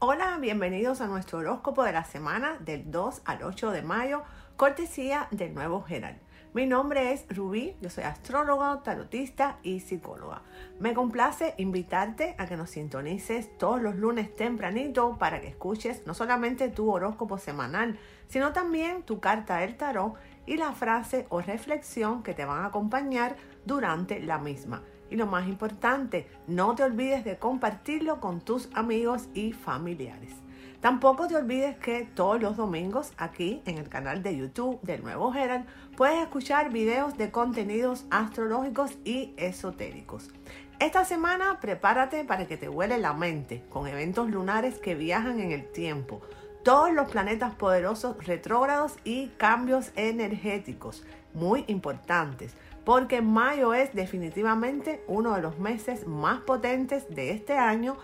Hola, bienvenidos a nuestro horóscopo de la semana del 2 al 8 de mayo, cortesía del Nuevo Herald. Mi nombre es Rubí, yo soy astróloga, tarotista y psicóloga. Me complace invitarte a que nos sintonices todos los lunes tempranito para que escuches no solamente tu horóscopo semanal, sino también tu carta del tarot y la frase o reflexión que te van a acompañar durante la misma. Y lo más importante, no te olvides de compartirlo con tus amigos y familiares. Tampoco te olvides que todos los domingos aquí en el canal de YouTube del Nuevo Herald puedes escuchar videos de contenidos astrológicos y esotéricos. Esta semana prepárate para que te vuele la mente con eventos lunares que viajan en el tiempo, todos los planetas poderosos retrógrados y cambios energéticos muy importantes, porque mayo es definitivamente uno de los meses más potentes de este año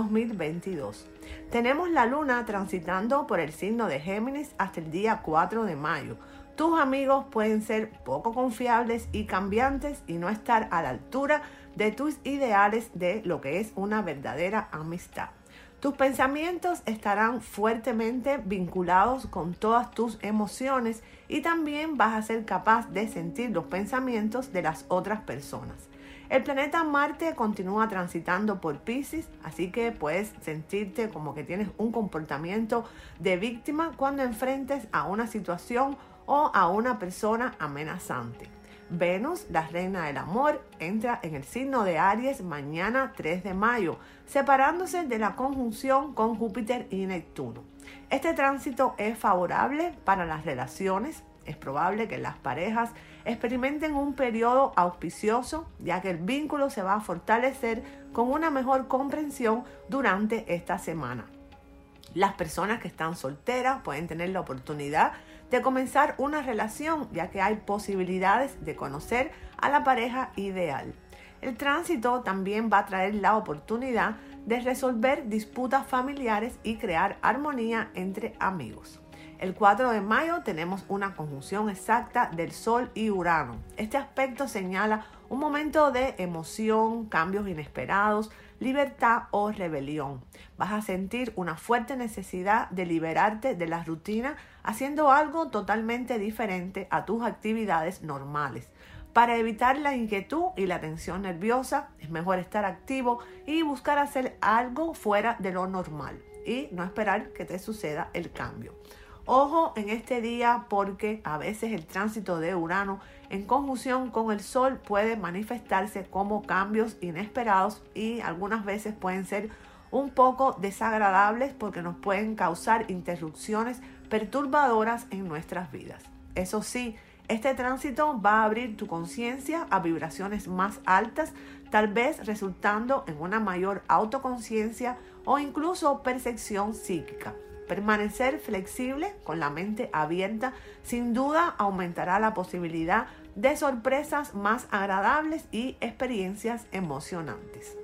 2022. Tenemos la luna transitando por el signo de Géminis hasta el día 4 de mayo. Tus amigos pueden ser poco confiables y cambiantes y no estar a la altura de tus ideales de lo que es una verdadera amistad. Tus pensamientos estarán fuertemente vinculados con todas tus emociones y también vas a ser capaz de sentir los pensamientos de las otras personas. El planeta Marte continúa transitando por Piscis, así que puedes sentirte como que tienes un comportamiento de víctima cuando enfrentes a una situación o a una persona amenazante. Venus, la reina del amor, entra en el signo de Aries mañana 3 de mayo, separándose de la conjunción con Júpiter y Neptuno. Este tránsito es favorable para las relaciones. Es probable que las parejas experimenten un periodo auspicioso, ya que el vínculo se va a fortalecer con una mejor comprensión durante esta semana. Las personas que están solteras pueden tener la oportunidad de comenzar una relación, ya que hay posibilidades de conocer a la pareja ideal. El tránsito también va a traer la oportunidad de resolver disputas familiares y crear armonía entre amigos. El 4 de mayo tenemos una conjunción exacta del Sol y Urano. Este aspecto señala un momento de emoción, cambios inesperados, libertad o rebelión. Vas a sentir una fuerte necesidad de liberarte de la rutina haciendo algo totalmente diferente a tus actividades normales. Para evitar la inquietud y la tensión nerviosa, es mejor estar activo y buscar hacer algo fuera de lo normal y no esperar que te suceda el cambio. Ojo en este día porque a veces el tránsito de Urano en conjunción con el Sol puede manifestarse como cambios inesperados y algunas veces pueden ser un poco desagradables porque nos pueden causar interrupciones perturbadoras en nuestras vidas. Eso sí, este tránsito va a abrir tu conciencia a vibraciones más altas, tal vez resultando en una mayor autoconciencia o incluso percepción psíquica. Permanecer flexible con la mente abierta sin duda aumentará la posibilidad de sorpresas más agradables y experiencias emocionantes.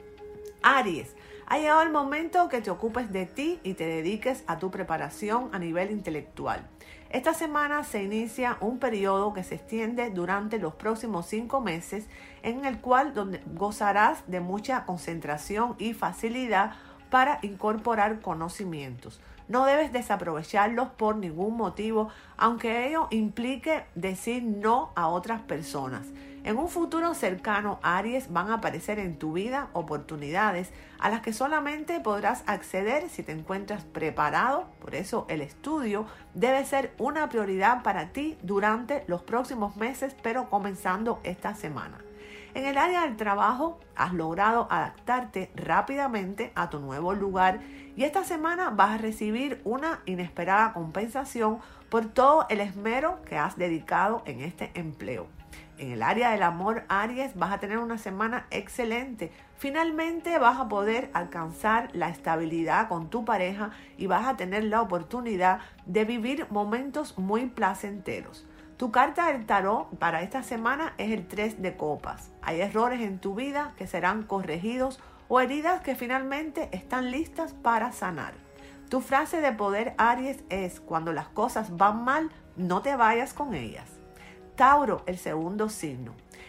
Aries, ha llegado el momento que te ocupes de ti y te dediques a tu preparación a nivel intelectual. Esta semana se inicia un periodo que se extiende durante los próximos 5 meses en el cual gozarás de mucha concentración y facilidad para incorporar conocimientos. No debes desaprovecharlos por ningún motivo, aunque ello implique decir no a otras personas. En un futuro cercano, Aries, van a aparecer en tu vida oportunidades a las que solamente podrás acceder si te encuentras preparado. Por eso el estudio debe ser una prioridad para ti durante los próximos meses, pero comenzando esta semana. En el área del trabajo has logrado adaptarte rápidamente a tu nuevo lugar y esta semana vas a recibir una inesperada compensación por todo el esmero que has dedicado en este empleo. En el área del amor, Aries, vas a tener una semana excelente. Finalmente vas a poder alcanzar la estabilidad con tu pareja y vas a tener la oportunidad de vivir momentos muy placenteros. Tu carta del tarot para esta semana es el 3 de copas. Hay errores en tu vida que serán corregidos o heridas que finalmente están listas para sanar. Tu frase de poder, Aries, es: cuando las cosas van mal, no te vayas con ellas. Tauro, el segundo signo.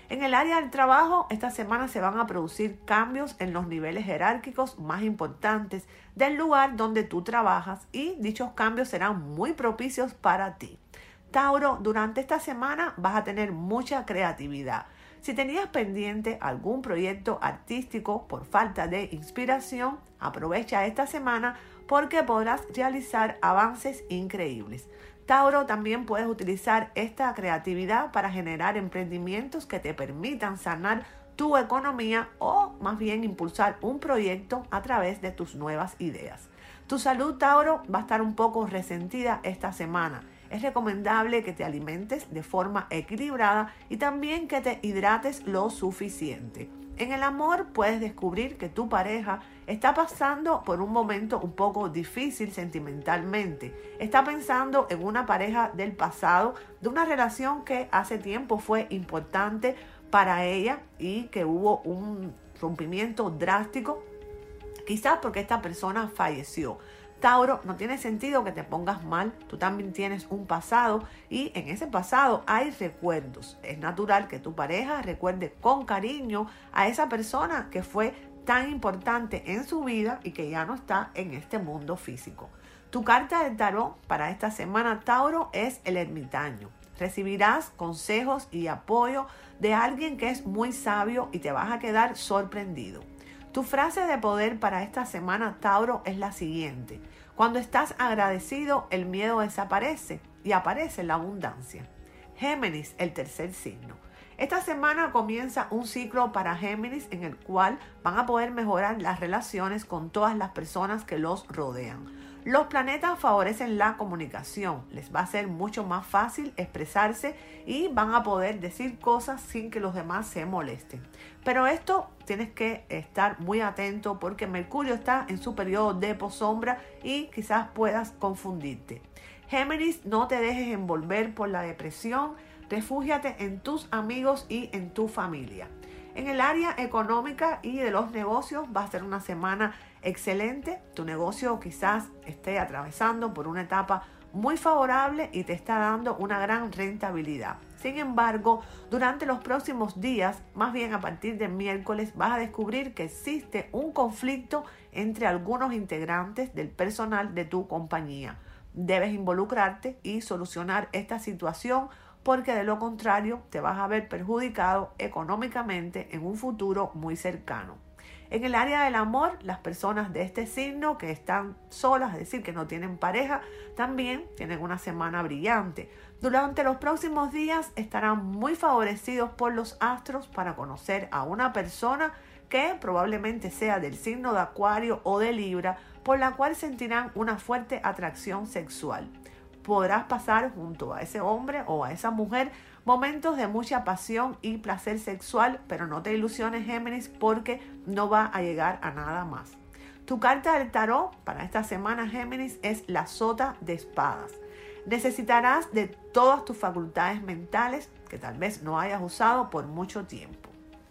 En el área del trabajo, esta semana se van a producir cambios en los niveles jerárquicos más importantes del lugar donde tú trabajas y dichos cambios serán muy propicios para ti. Tauro, durante esta semana vas a tener mucha creatividad. Si tenías pendiente algún proyecto artístico por falta de inspiración, aprovecha esta semana porque podrás realizar avances increíbles. Tauro, también puedes utilizar esta creatividad para generar emprendimientos que te permitan sanar tu economía o más bien impulsar un proyecto a través de tus nuevas ideas. Tu salud, Tauro, va a estar un poco resentida esta semana. Es recomendable que te alimentes de forma equilibrada y también que te hidrates lo suficiente. En el amor puedes descubrir que tu pareja está pasando por un momento un poco difícil sentimentalmente. Está pensando en una pareja del pasado, de una relación que hace tiempo fue importante para ella y que hubo un rompimiento drástico, quizás porque esta persona falleció. Tauro, no tiene sentido que te pongas mal, tú también tienes un pasado y en ese pasado hay recuerdos. Es natural que tu pareja recuerde con cariño a esa persona que fue tan importante en su vida y que ya no está en este mundo físico. Tu carta del tarot para esta semana, Tauro, es el ermitaño. Recibirás consejos y apoyo de alguien que es muy sabio y te vas a quedar sorprendido. Tu frase de poder para esta semana, Tauro, es la siguiente: cuando estás agradecido, el miedo desaparece y aparece la abundancia. Géminis, el tercer signo. Esta semana comienza un ciclo para Géminis en el cual van a poder mejorar las relaciones con todas las personas que los rodean. Los planetas favorecen la comunicación, les va a ser mucho más fácil expresarse y van a poder decir cosas sin que los demás se molesten. Pero esto tienes que estar muy atento porque Mercurio está en su periodo de posombra y quizás puedas confundirte. Géminis, no te dejes envolver por la depresión, refúgiate en tus amigos y en tu familia. En el área económica y de los negocios va a ser una semana excelente. Tu negocio quizás esté atravesando por una etapa muy favorable y te está dando una gran rentabilidad. Sin embargo, durante los próximos días, más bien a partir del miércoles, vas a descubrir que existe un conflicto entre algunos integrantes del personal de tu compañía. Debes involucrarte y solucionar esta situación porque de lo contrario te vas a ver perjudicado económicamente en un futuro muy cercano. En el área del amor, las personas de este signo que están solas, es decir, que no tienen pareja, también tienen una semana brillante. Durante los próximos días estarán muy favorecidos por los astros para conocer a una persona que probablemente sea del signo de Acuario o de Libra, por la cual sentirán una fuerte atracción sexual. Podrás pasar junto a ese hombre o a esa mujer momentos de mucha pasión y placer sexual, pero no te ilusiones, Géminis, porque no va a llegar a nada más. Tu carta del tarot para esta semana, Géminis, es la sota de espadas. Necesitarás de todas tus facultades mentales que tal vez no hayas usado por mucho tiempo.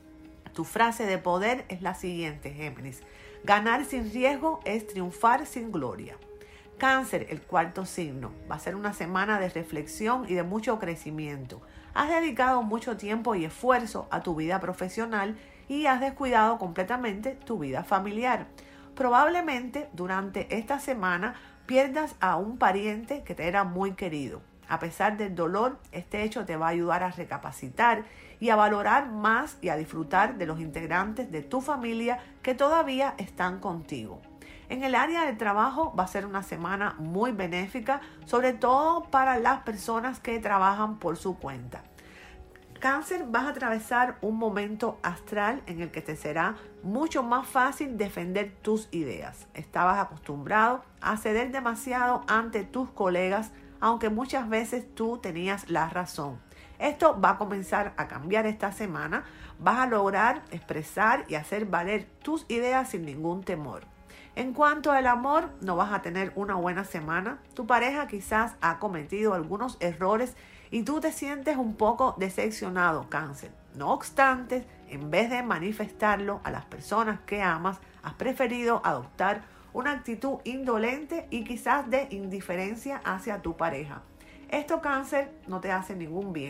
Tu frase de poder es la siguiente, Géminis: ganar sin riesgo es triunfar sin gloria. Cáncer, el cuarto signo. Va a ser una semana de reflexión y de mucho crecimiento. Has dedicado mucho tiempo y esfuerzo a tu vida profesional y has descuidado completamente tu vida familiar. Probablemente durante esta semana pierdas a un pariente que te era muy querido. A pesar del dolor, este hecho te va a ayudar a recapacitar y a valorar más y a disfrutar de los integrantes de tu familia que todavía están contigo. En el área del trabajo va a ser una semana muy benéfica, sobre todo para las personas que trabajan por su cuenta. Cáncer, vas a atravesar un momento astral en el que te será mucho más fácil defender tus ideas. Estabas acostumbrado a ceder demasiado ante tus colegas, aunque muchas veces tú tenías la razón. Esto va a comenzar a cambiar esta semana. Vas a lograr expresar y hacer valer tus ideas sin ningún temor. En cuanto al amor, no vas a tener una buena semana. Tu pareja quizás ha cometido algunos errores y tú te sientes un poco decepcionado, Cáncer. No obstante, en vez de manifestarlo a las personas que amas, has preferido adoptar una actitud indolente y quizás de indiferencia hacia tu pareja. Esto, Cáncer, no te hace ningún bien.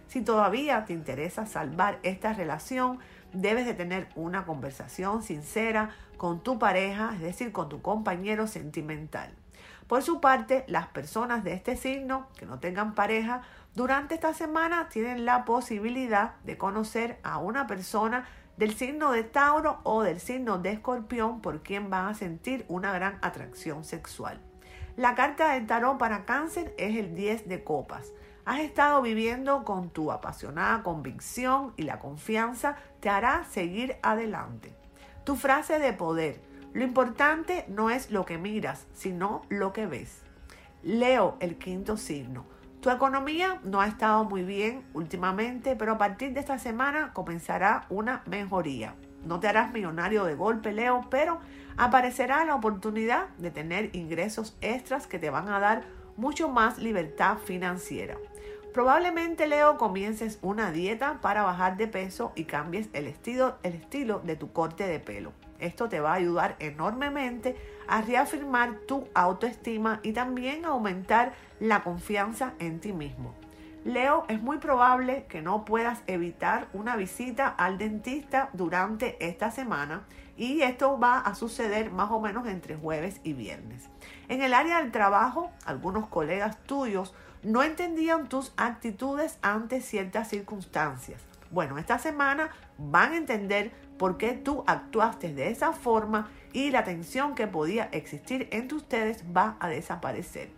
Si todavía te interesa salvar esta relación, debes de tener una conversación sincera con tu pareja, es decir, con tu compañero sentimental. Por su parte, las personas de este signo que no tengan pareja, durante esta semana tienen la posibilidad de conocer a una persona del signo de Tauro o del signo de Escorpión por quien van a sentir una gran atracción sexual. La carta del tarot para Cáncer es el 10 de copas. Has estado viviendo con tu apasionada convicción y la confianza te hará seguir adelante. Tu frase de poder: lo importante no es lo que miras, sino lo que ves. Leo, el quinto signo. Tu economía no ha estado muy bien últimamente, pero a partir de esta semana comenzará una mejoría. No te harás millonario de golpe, Leo, pero aparecerá la oportunidad de tener ingresos extras que te van a dar mucho más libertad financiera. Probablemente, Leo, comiences una dieta para bajar de peso y cambies el estilo de tu corte de pelo. Esto te va a ayudar enormemente a reafirmar tu autoestima y también a aumentar la confianza en ti mismo. Leo, es muy probable que no puedas evitar una visita al dentista durante esta semana y esto va a suceder más o menos entre jueves y viernes. En el área del trabajo, algunos colegas tuyos no entendían tus actitudes ante ciertas circunstancias. Bueno, esta semana van a entender por qué tú actuaste de esa forma y la tensión que podía existir entre ustedes va a desaparecer.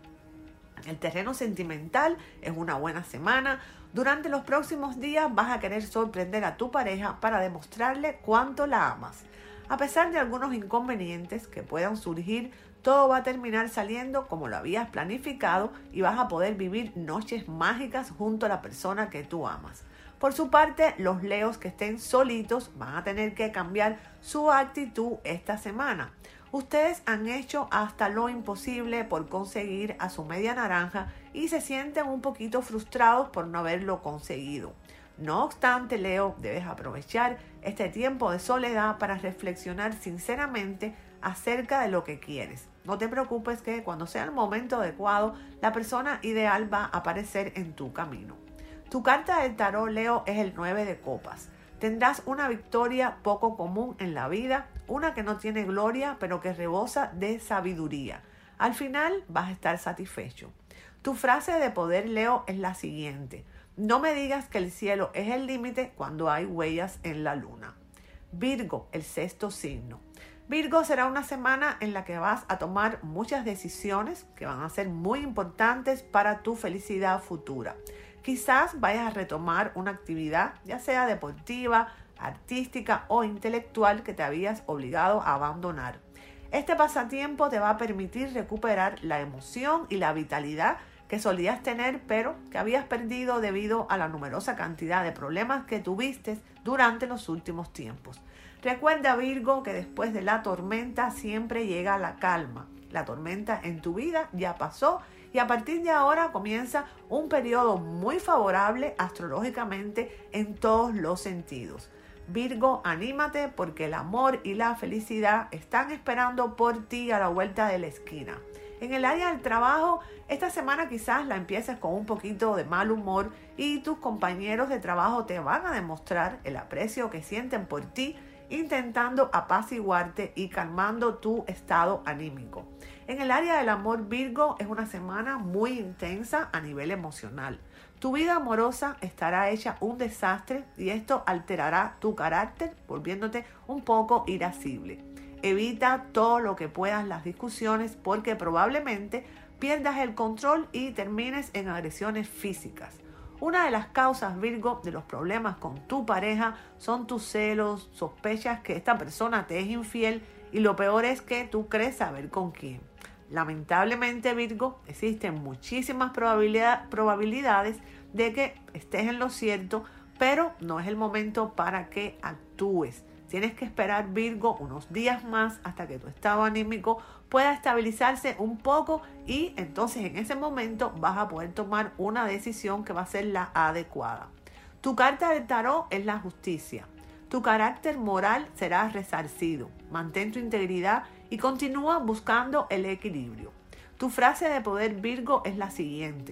El terreno sentimental es una buena semana. Durante los próximos días vas a querer sorprender a tu pareja para demostrarle cuánto la amas. A pesar de algunos inconvenientes que puedan surgir, todo va a terminar saliendo como lo habías planificado y vas a poder vivir noches mágicas junto a la persona que tú amas. Por su parte, los leos que estén solitos van a tener que cambiar su actitud esta semana. Ustedes han hecho hasta lo imposible por conseguir a su media naranja y se sienten un poquito frustrados por no haberlo conseguido. No obstante, Leo, debes aprovechar este tiempo de soledad para reflexionar sinceramente acerca de lo que quieres. No te preocupes que cuando sea el momento adecuado, la persona ideal va a aparecer en tu camino. Tu carta del tarot, Leo, es el 9 de copas. Tendrás una victoria poco común en la vida, una que no tiene gloria, pero que rebosa de sabiduría. Al final vas a estar satisfecho. Tu frase de poder, Leo, es la siguiente: no me digas que el cielo es el límite cuando hay huellas en la luna. Virgo, el sexto signo. Virgo, será una semana en la que vas a tomar muchas decisiones que van a ser muy importantes para tu felicidad futura. Quizás vayas a retomar una actividad, ya sea deportiva, artística o intelectual que te habías obligado a abandonar. Este pasatiempo te va a permitir recuperar la emoción y la vitalidad que solías tener, pero que habías perdido debido a la numerosa cantidad de problemas que tuviste durante los últimos tiempos. Recuerda, Virgo, que después de la tormenta siempre llega la calma. La tormenta en tu vida ya pasó y a partir de ahora comienza un periodo muy favorable astrológicamente en todos los sentidos. Virgo, anímate porque el amor y la felicidad están esperando por ti a la vuelta de la esquina. En el área del trabajo, esta semana quizás la empieces con un poquito de mal humor y tus compañeros de trabajo te van a demostrar el aprecio que sienten por ti, intentando apaciguarte y calmando tu estado anímico. En el área del amor, Virgo, es una semana muy intensa a nivel emocional. Tu vida amorosa estará hecha un desastre y esto alterará tu carácter, volviéndote un poco irascible. Evita todo lo que puedas las discusiones porque probablemente pierdas el control y termines en agresiones físicas. Una de las causas, Virgo, de los problemas con tu pareja son tus celos, sospechas que esta persona te es infiel y lo peor es que tú crees saber con quién. Lamentablemente, Virgo, existen muchísimas probabilidades de que estés en lo cierto, pero no es el momento para que actúes. Tienes que esperar, Virgo, unos días más hasta que tu estado anímico pueda estabilizarse un poco y entonces en ese momento vas a poder tomar una decisión que va a ser la adecuada. Tu carta del tarot es la justicia. Tu carácter moral será resarcido. Mantén tu integridad y continúa buscando el equilibrio. Tu frase de poder, Virgo, es la siguiente: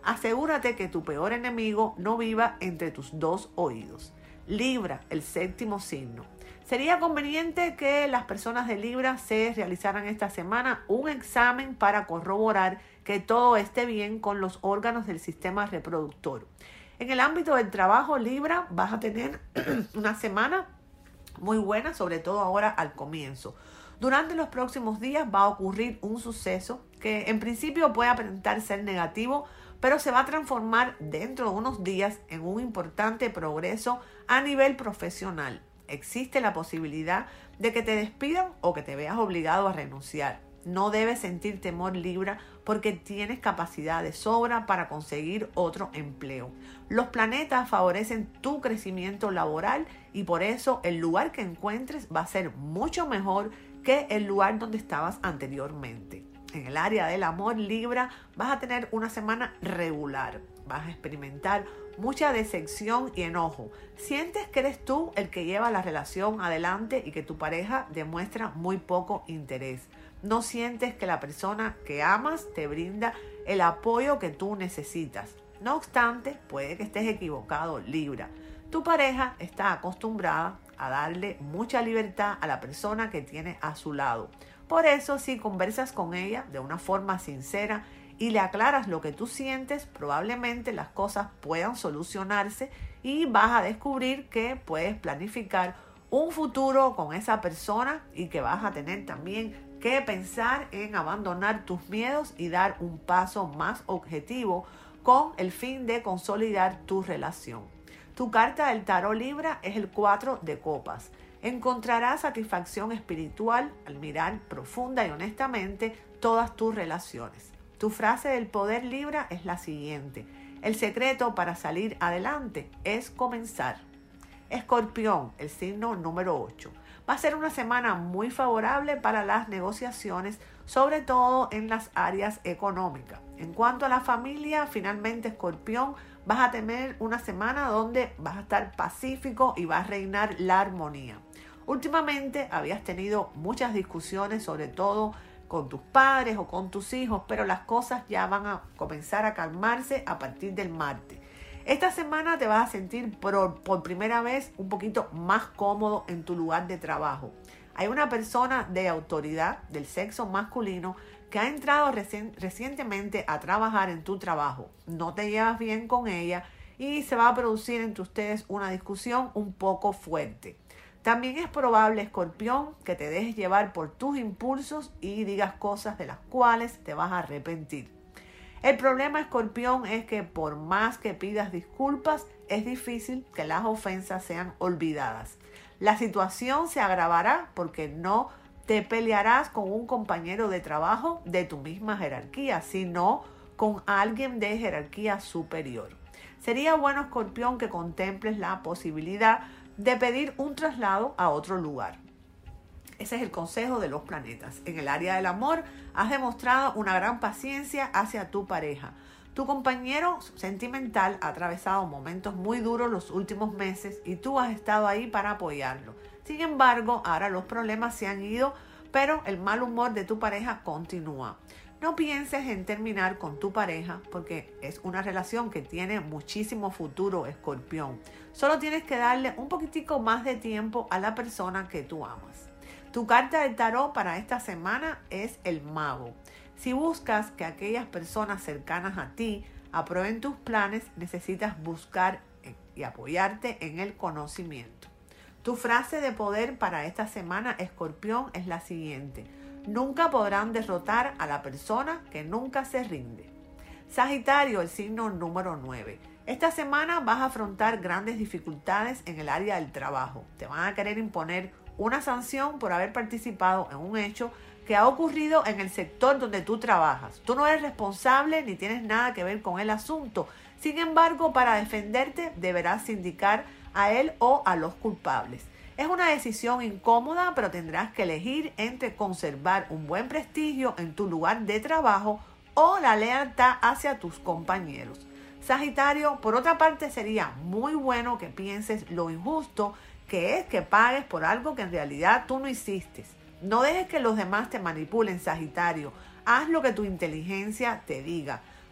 Asegúrate que tu peor enemigo no viva entre tus dos oídos. Libra, el séptimo signo. Sería conveniente que las personas de Libra se realizaran esta semana un examen para corroborar que todo esté bien con los órganos del sistema reproductor. En el ámbito del trabajo, Libra, vas a tener una semana muy buena, sobre todo ahora al comienzo. Durante los próximos días va a ocurrir un suceso que en principio puede aparentar ser negativo, pero se va a transformar dentro de unos días en un importante progreso a nivel profesional. Existe la posibilidad de que te despidan o que te veas obligado a renunciar. No debes sentir temor, Libra, porque tienes capacidad de sobra para conseguir otro empleo. Los planetas favorecen tu crecimiento laboral y por eso el lugar que encuentres va a ser mucho mejor que el lugar donde estabas anteriormente. En el área del amor, Libra, vas a tener una semana regular. Vas a experimentar mucha decepción y enojo. Sientes que eres tú el que lleva la relación adelante y que tu pareja demuestra muy poco interés. No sientes que la persona que amas te brinda el apoyo que tú necesitas. No obstante, puede que estés equivocado, Libra. Tu pareja está acostumbrada a darle mucha libertad a la persona que tiene a su lado. Por eso, si conversas con ella de una forma sincera y le aclaras lo que tú sientes, probablemente las cosas puedan solucionarse y vas a descubrir que puedes planificar un futuro con esa persona y que vas a tener también que pensar en abandonar tus miedos y dar un paso más objetivo con el fin de consolidar tu relación. Tu carta del tarot, Libra, es el 4 de copas. Encontrarás satisfacción espiritual al mirar profunda y honestamente todas tus relaciones. Tu frase del poder, Libra, es la siguiente: el secreto para salir adelante es comenzar. Escorpión, el signo número 8. Va a ser una semana muy favorable para las negociaciones, sobre todo en las áreas económicas. En cuanto a la familia, finalmente, Escorpión, vas a tener una semana donde vas a estar pacífico y va a reinar la armonía. Últimamente habías tenido muchas discusiones, sobre todo con tus padres o con tus hijos, pero las cosas ya van a comenzar a calmarse a partir del martes. Esta semana te vas a sentir por primera vez un poquito más cómodo en tu lugar de trabajo. Hay una persona de autoridad del sexo masculino que ha entrado recientemente a trabajar en tu trabajo. No te llevas bien con ella y se va a producir entre ustedes una discusión un poco fuerte. También es probable, Escorpión, que te dejes llevar por tus impulsos y digas cosas de las cuales te vas a arrepentir. El problema, Escorpión, es que por más que pidas disculpas, es difícil que las ofensas sean olvidadas. La situación se agravará porque no te pelearás con un compañero de trabajo de tu misma jerarquía, sino con alguien de jerarquía superior. Sería bueno, Escorpión, que contemples la posibilidad de pedir un traslado a otro lugar. Ese es el consejo de los planetas. En el área del amor, has demostrado una gran paciencia hacia tu pareja. Tu compañero sentimental ha atravesado momentos muy duros los últimos meses y tú has estado ahí para apoyarlo. Sin embargo, ahora los problemas se han ido, pero el mal humor de tu pareja continúa. No pienses en terminar con tu pareja porque es una relación que tiene muchísimo futuro, Escorpión. Solo tienes que darle un poquitico más de tiempo a la persona que tú amas. Tu carta del tarot para esta semana es el mago. Si buscas que aquellas personas cercanas a ti aprueben tus planes, necesitas buscar y apoyarte en el conocimiento. Tu frase de poder para esta semana, Escorpión, es la siguiente: nunca podrán derrotar a la persona que nunca se rinde. Sagitario, el signo número 9. Esta semana vas a afrontar grandes dificultades en el área del trabajo. Te van a querer imponer una sanción por haber participado en un hecho que ha ocurrido en el sector donde tú trabajas. Tú no eres responsable ni tienes nada que ver con el asunto. Sin embargo, para defenderte deberás indicar a él o a los culpables. Es una decisión incómoda, pero tendrás que elegir entre conservar un buen prestigio en tu lugar de trabajo o la lealtad hacia tus compañeros. Sagitario, por otra parte, sería muy bueno que pienses lo injusto que es que pagues por algo que en realidad tú no hiciste. No dejes que los demás te manipulen, Sagitario. Haz lo que tu inteligencia te diga.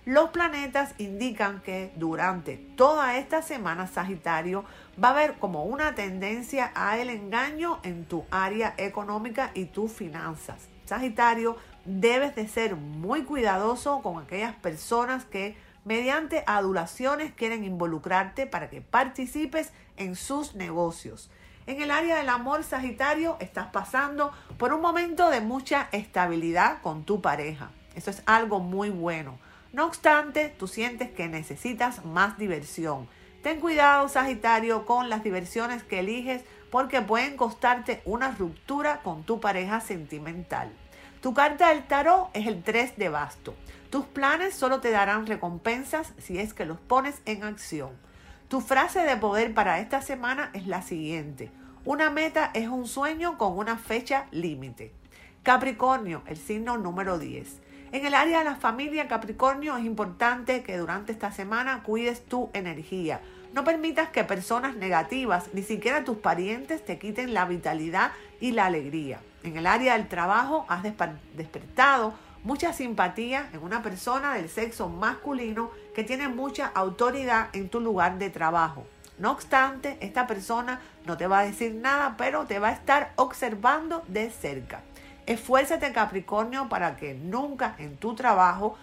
Los planetas indican que durante toda esta semana, Sagitario, va a haber como una tendencia al engaño en tu área económica y tus finanzas. Sagitario, debes de ser muy cuidadoso con aquellas personas que mediante adulaciones quieren involucrarte para que participes en sus negocios. En el área del amor, Sagitario, estás pasando por un momento de mucha estabilidad con tu pareja. Eso es algo muy bueno. No obstante, tú sientes que necesitas más diversión. Ten cuidado, Sagitario, con las diversiones que eliges porque pueden costarte una ruptura con tu pareja sentimental. Tu carta del tarot es el 3 de bastos. Tus planes solo te darán recompensas si es que los pones en acción. Tu frase de poder para esta semana es la siguiente: una meta es un sueño con una fecha límite. Capricornio, el signo número 10. En el área de la familia, Capricornio, es importante que durante esta semana cuides tu energía. No permitas que personas negativas, ni siquiera tus parientes, te quiten la vitalidad y la alegría. En el área del trabajo, has despertado mucha simpatía en una persona del sexo masculino que tiene mucha autoridad en tu lugar de trabajo. No obstante, esta persona no te va a decir nada, pero te va a estar observando de cerca. Esfuérzate, Capricornio, para que nunca en tu trabajo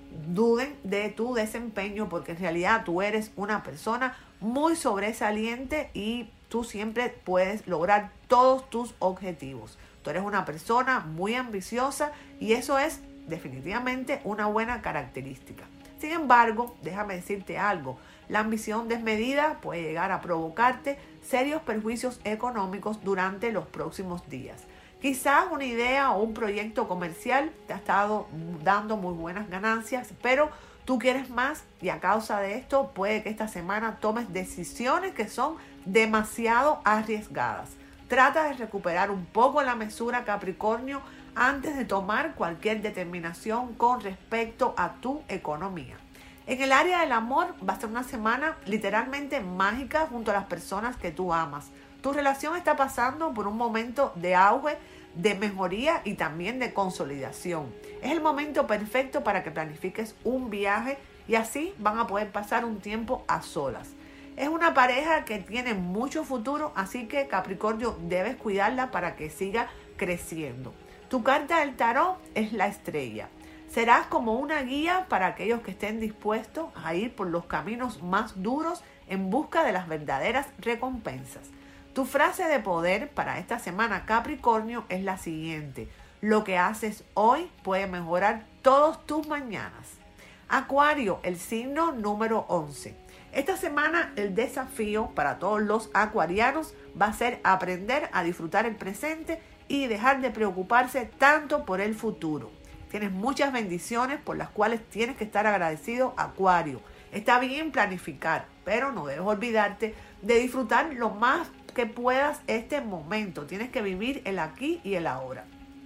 duden de tu desempeño, porque en realidad tú eres una persona muy sobresaliente y tú siempre puedes lograr todos tus objetivos. Tú eres una persona muy ambiciosa y eso es definitivamente una buena característica. Sin embargo, déjame decirte algo. La ambición desmedida puede llegar a provocarte serios perjuicios económicos durante los próximos días. Quizás una idea o un proyecto comercial te ha estado dando muy buenas ganancias, pero tú quieres más y a causa de esto puede que esta semana tomes decisiones que son demasiado arriesgadas. Trata de recuperar un poco la mesura, Capricornio, antes de tomar cualquier determinación con respecto a tu economía. En el área del amor va a ser una semana literalmente mágica junto a las personas que tú amas. Tu relación está pasando por un momento de auge, de mejoría y también de consolidación. Es el momento perfecto para que planifiques un viaje y así van a poder pasar un tiempo a solas. Es una pareja que tiene mucho futuro, así que Capricornio debes cuidarla para que siga creciendo. Tu carta del tarot es la estrella. Serás como una guía para aquellos que estén dispuestos a ir por los caminos más duros en busca de las verdaderas recompensas. Tu frase de poder para esta semana, Capricornio, es la siguiente: lo que haces hoy puede mejorar todos tus mañanas. Acuario, el signo número 11. Esta semana el desafío para todos los acuarianos va a ser aprender a disfrutar el presente y dejar de preocuparse tanto por el futuro. Tienes muchas bendiciones por las cuales tienes que estar agradecido, Acuario. Está bien planificar, pero no debes olvidarte de disfrutar lo más que puedas este momento. Tienes que vivir el aquí y el ahora.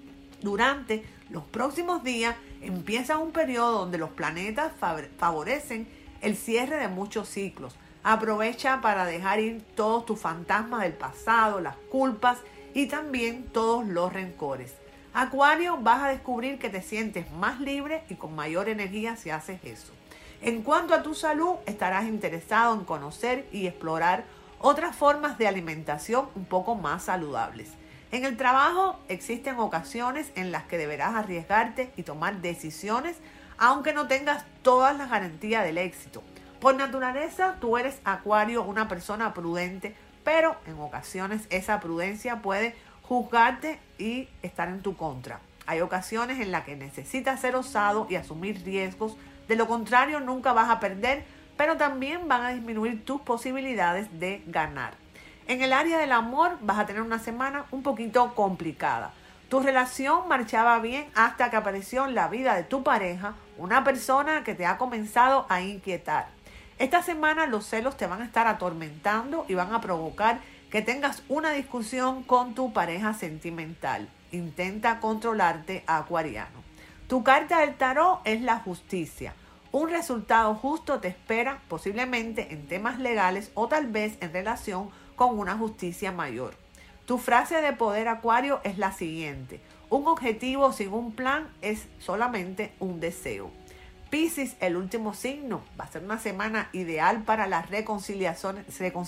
Durante los próximos días empieza un periodo donde los planetas favorecen el cierre de muchos ciclos. Aprovecha para dejar ir todos tus fantasmas del pasado, las culpas y también todos los rencores. Acuario, vas a descubrir que te sientes más libre y con mayor energía si haces eso. En cuanto a tu salud, estarás interesado en conocer y explorar otras formas de alimentación un poco más saludables. En el trabajo existen ocasiones en las que deberás arriesgarte y tomar decisiones aunque no tengas todas las garantías del éxito. Por naturaleza, tú eres, Acuario, una persona prudente, pero en ocasiones esa prudencia puede juzgarte y estar en tu contra. Hay ocasiones en las que necesitas ser osado y asumir riesgos. De lo contrario, nunca vas a perder, pero también van a disminuir tus posibilidades de ganar. En el área del amor vas a tener una semana un poquito complicada. Tu relación marchaba bien hasta que apareció en la vida de tu pareja una persona que te ha comenzado a inquietar. Esta semana los celos te van a estar atormentando y van a provocar que tengas una discusión con tu pareja sentimental. Intenta controlarte, acuariano. Tu carta del tarot es la justicia. Un resultado justo te espera, posiblemente en temas legales o tal vez en relación con una justicia mayor. Tu frase de poder, Acuario, es la siguiente: un objetivo sin un plan es solamente un deseo. Piscis, el último signo, va a ser una semana ideal para las reconciliaciones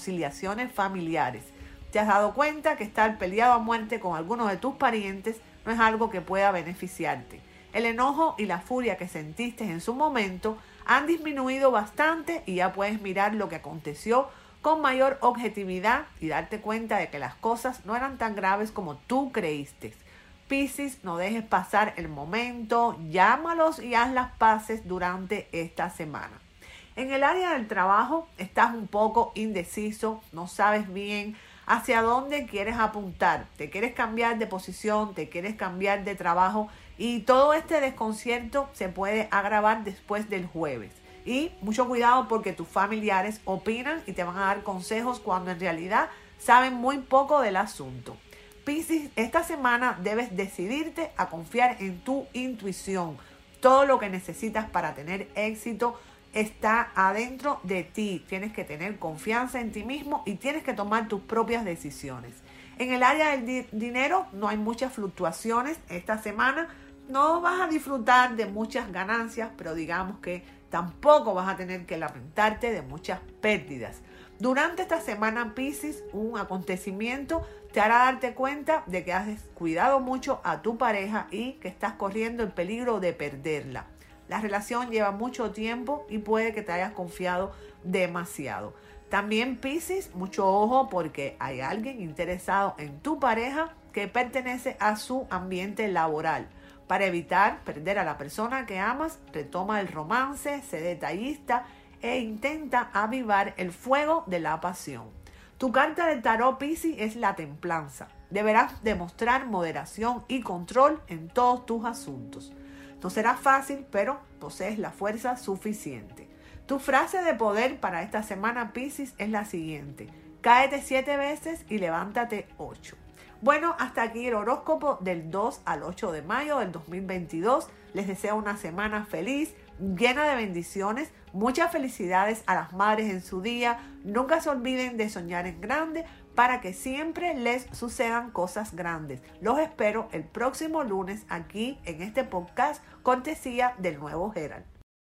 familiares. ¿Te has dado cuenta que estar peleado a muerte con algunos de tus parientes no es algo que pueda beneficiarte? El enojo y la furia que sentiste en su momento han disminuido bastante y ya puedes mirar lo que aconteció con mayor objetividad y darte cuenta de que las cosas no eran tan graves como tú creíste. Piscis, no dejes pasar el momento, llámalos y haz las paces durante esta semana. En el área del trabajo estás un poco indeciso, no sabes bien hacia dónde quieres apuntar, te quieres cambiar de posición, te quieres cambiar de trabajo y todo este desconcierto se puede agravar después del jueves. Y mucho cuidado porque tus familiares opinan y te van a dar consejos cuando en realidad saben muy poco del asunto. Piscis, esta semana debes decidirte a confiar en tu intuición. Todo lo que necesitas para tener éxito está adentro de ti. Tienes que tener confianza en ti mismo y tienes que tomar tus propias decisiones. En el área del dinero no hay muchas fluctuaciones esta semana. No vas a disfrutar de muchas ganancias, pero digamos que tampoco vas a tener que lamentarte de muchas pérdidas. Durante esta semana, Piscis, un acontecimiento te hará darte cuenta de que has descuidado mucho a tu pareja y que estás corriendo el peligro de perderla. La relación lleva mucho tiempo y puede que te hayas confiado demasiado. También, Piscis, mucho ojo porque hay alguien interesado en tu pareja que pertenece a su ambiente laboral. Para evitar perder a la persona que amas, retoma el romance, sé detallista e intenta avivar el fuego de la pasión. Tu carta del tarot, Piscis, es la templanza. Deberás demostrar moderación y control en todos tus asuntos. No será fácil, pero posees la fuerza suficiente. Tu frase de poder para esta semana, Piscis, es la siguiente: cáete 7 veces y levántate 8. Bueno, hasta aquí el horóscopo del 2 al 8 de mayo del 2022. Les deseo una semana feliz, llena de bendiciones. Muchas felicidades a las madres en su día. Nunca se olviden de soñar en grande para que siempre les sucedan cosas grandes. Los espero el próximo lunes aquí en este podcast, cortesía del Nuevo Herald.